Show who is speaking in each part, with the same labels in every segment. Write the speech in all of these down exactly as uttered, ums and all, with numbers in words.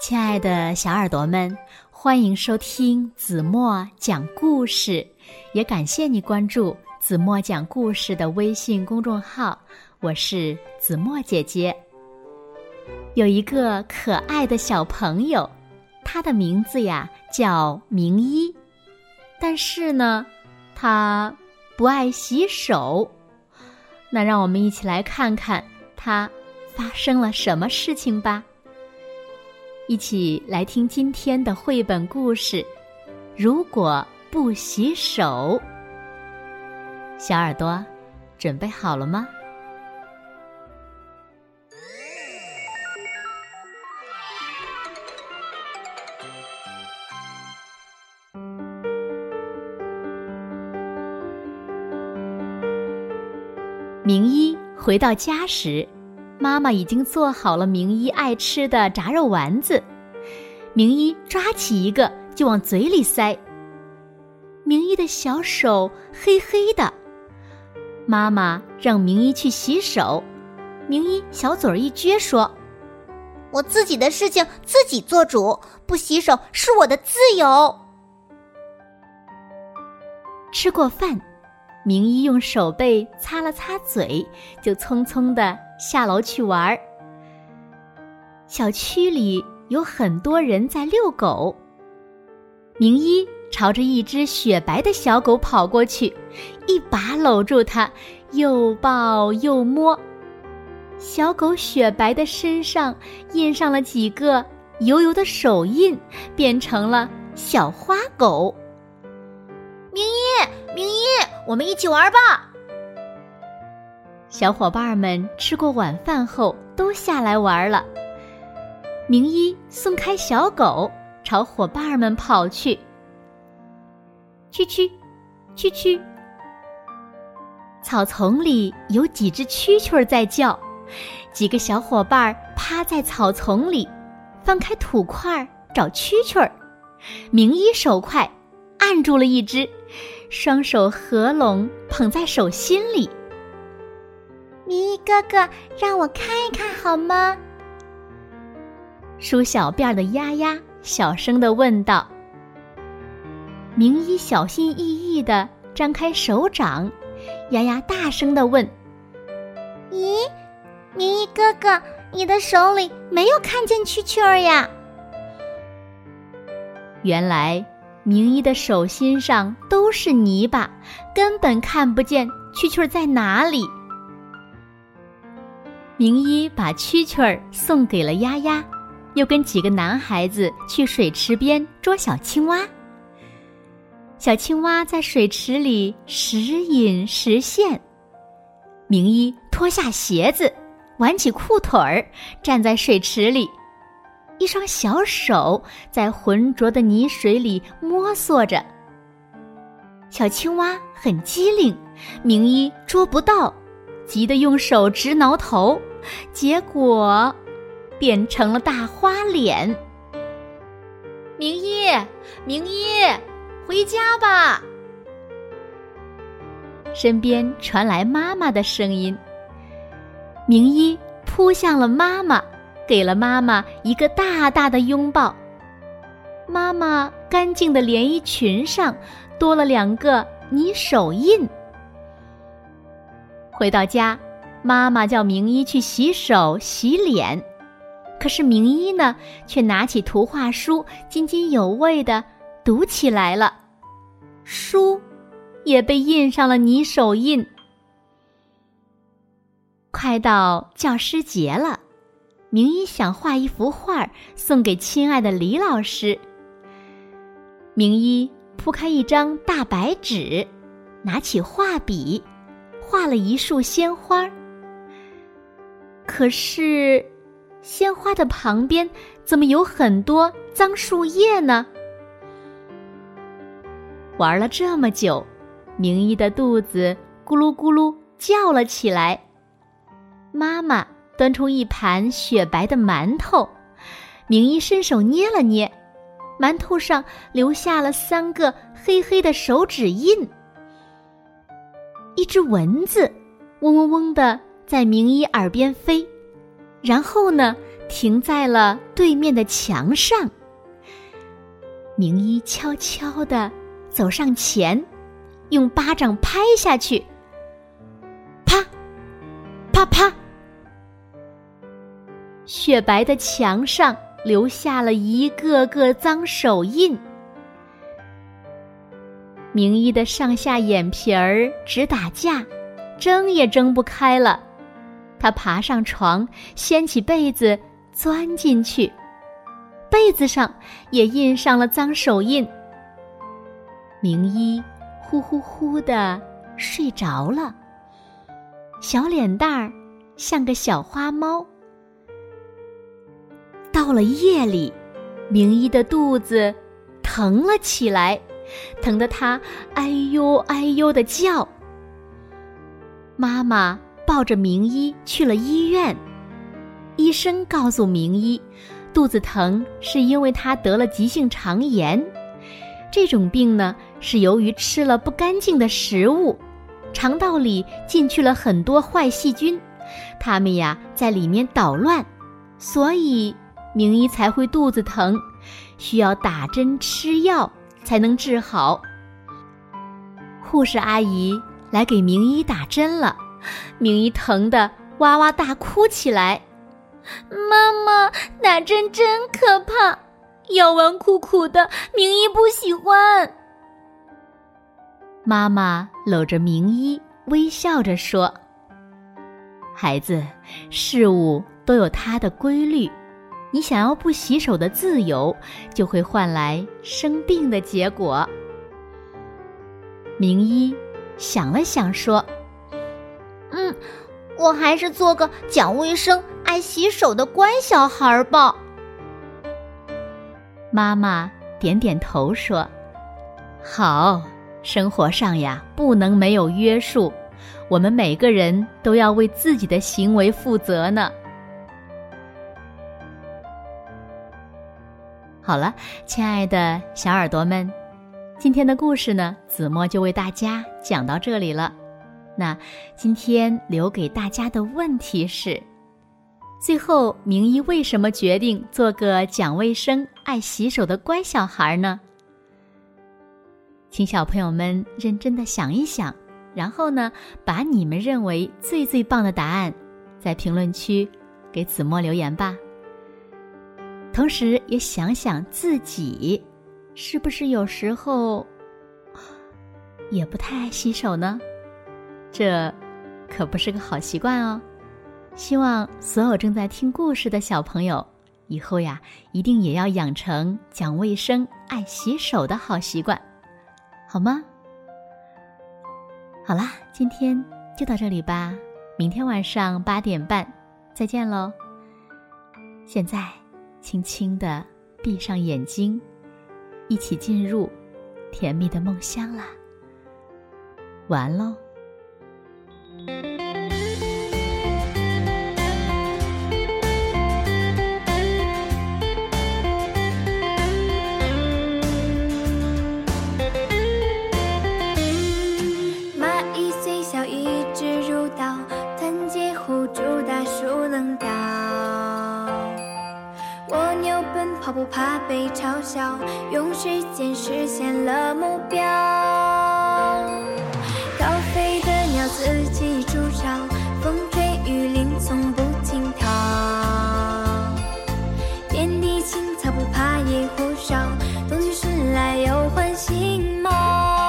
Speaker 1: 亲爱的小耳朵们，欢迎收听子墨讲故事，也感谢你关注子墨讲故事的微信公众号，我是子墨姐姐。有一个可爱的小朋友，他的名字呀叫明一，但是呢，他不爱洗手。那让我们一起来看看他发生了什么事情吧。一起来听今天的绘本故事，如果不洗手。小耳朵，准备好了吗？明一回到家时，妈妈已经做好了明一爱吃的炸肉丸子。明一抓起一个就往嘴里塞，明一的小手黑黑的。妈妈让明一去洗手，明一小嘴儿一撅说：“
Speaker 2: 我自己的事情自己做主，不洗手是我的自由。”
Speaker 1: 吃过饭，明一用手背擦了擦嘴，就匆匆地下楼去玩。小区里有很多人在遛狗，明一朝着一只雪白的小狗跑过去，一把搂住它，又抱又摸。小狗雪白的身上印上了几个油油的手印，变成了小花狗。
Speaker 2: 明一，明一，我们一起玩吧！
Speaker 1: 小伙伴们吃过晚饭后都下来玩了。明一松开小狗，朝伙伴们跑去。蛐蛐，蛐蛐。草丛里有几只蛐蛐在叫，几个小伙伴趴在草丛里，翻开土块找蛐蛐。明一手快，按住了一只，双手合拢捧在手心里。
Speaker 2: 明一哥哥，让我看一看好吗？
Speaker 1: 梳小辫的丫丫小声地问道。明一小心翼翼地张开手掌，丫丫大声地问：“
Speaker 2: 咦，明一哥哥，你的手里没有看见蛐蛐儿呀？”
Speaker 1: 原来明一的手心上都是泥巴，根本看不见蛐蛐儿在哪里。明一把蛐蛐儿送给了丫丫，又跟几个男孩子去水池边捉小青蛙。小青蛙在水池里时隐时现。明一脱下鞋子，挽起裤腿儿，站在水池里，一双小手在浑浊的泥水里摸索着。小青蛙很机灵，明一捉不到，急得用手直挠头，结果变成了大花脸。明一，明一，回家吧！身边传来妈妈的声音。明一扑向了妈妈，给了妈妈一个大大的拥抱。妈妈干净的连衣裙上多了两个泥手印。回到家，妈妈叫明一去洗手洗脸，可是明一呢，却拿起图画书津津有味地读起来了，书也被印上了泥手印。快到教师节了，明一想画一幅画送给亲爱的李老师。明一铺开一张大白纸，拿起画笔，画了一束鲜花。可是鲜花的旁边怎么有很多脏树叶呢？玩了这么久，明一的肚子咕噜咕噜叫了起来。妈妈端出一盘雪白的馒头，明一伸手捏了捏，馒头上留下了三个黑黑的手指印。一只蚊子嗡嗡嗡地在明一耳边飞，然后呢停在了对面的墙上。名医悄悄地走上前，用巴掌拍下去，啪啪啪，雪白的墙上留下了一个个脏手印。名医的上下眼皮儿直打架，睁也睁不开了。他爬上床，掀起被子钻进去，被子上也印上了脏手印。名医呼呼呼地睡着了，小脸蛋儿像个小花猫。到了夜里，名医的肚子疼了起来，疼得他哎呦哎呦地叫。妈妈抱着名医去了医院，医生告诉名医，肚子疼是因为他得了急性肠炎。这种病呢，是由于吃了不干净的食物，肠道里进去了很多坏细菌，它们呀在里面捣乱，所以名医才会肚子疼，需要打针吃药才能治好。护士阿姨来给名医打针了，名医疼得哇哇大哭起来。
Speaker 2: 妈妈，打针真可怕，药丸苦苦的，名医不喜欢。
Speaker 1: 妈妈搂着名医，微笑着说：孩子，事物都有它的规律，你想要不洗手的自由，就会换来生病的结果。名医想了想说：
Speaker 2: 嗯，我还是做个讲卫生、爱洗手的乖小孩吧。
Speaker 1: 妈妈点点头说：好，生活上呀不能没有约束，我们每个人都要为自己的行为负责呢。好了，亲爱的小耳朵们，今天的故事呢，子墨就为大家讲到这里了。那今天留给大家的问题是，最后名医为什么决定做个讲卫生、爱洗手的乖小孩呢？请小朋友们认真的想一想，然后呢，把你们认为最最棒的答案在评论区给子墨留言吧。同时也想想自己是不是有时候也不太爱洗手呢？这可不是个好习惯哦。希望所有正在听故事的小朋友，以后呀，一定也要养成讲卫生、爱洗手的好习惯，好吗？好啦，今天就到这里吧，明天晚上八点半再见喽。现在轻轻地闭上眼睛，一起进入甜蜜的梦乡啦。晚安喽。
Speaker 3: 跑不怕被嘲笑，用时间实现了目标。高飞的鸟自己筑巢，风吹雨淋从不轻佻。遍地青草不怕野火烧，冬去时来又换新毛。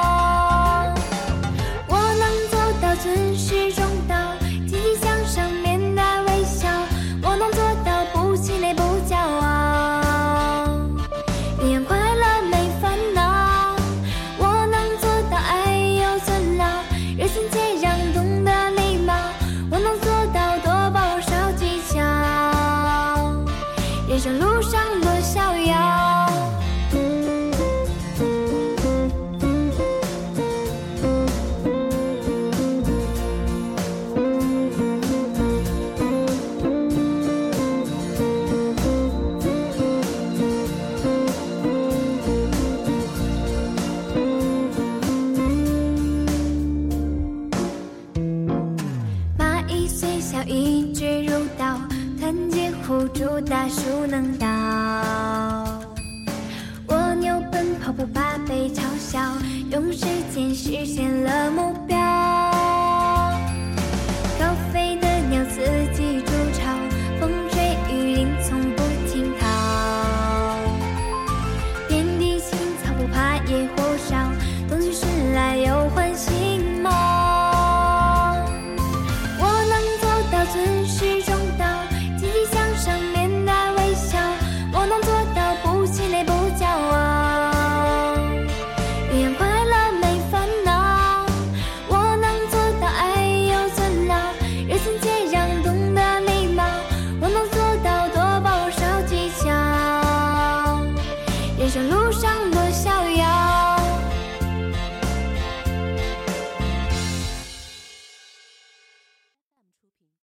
Speaker 3: 我能做到尊师重道，积极向上面带微笑。我能做到不气馁不骄傲，人生路上多逍遥。蚂蚁虽小，一直入道，团结扶住大树能倒。蜗牛奔跑不怕被嘲笑，用时间实现了目标。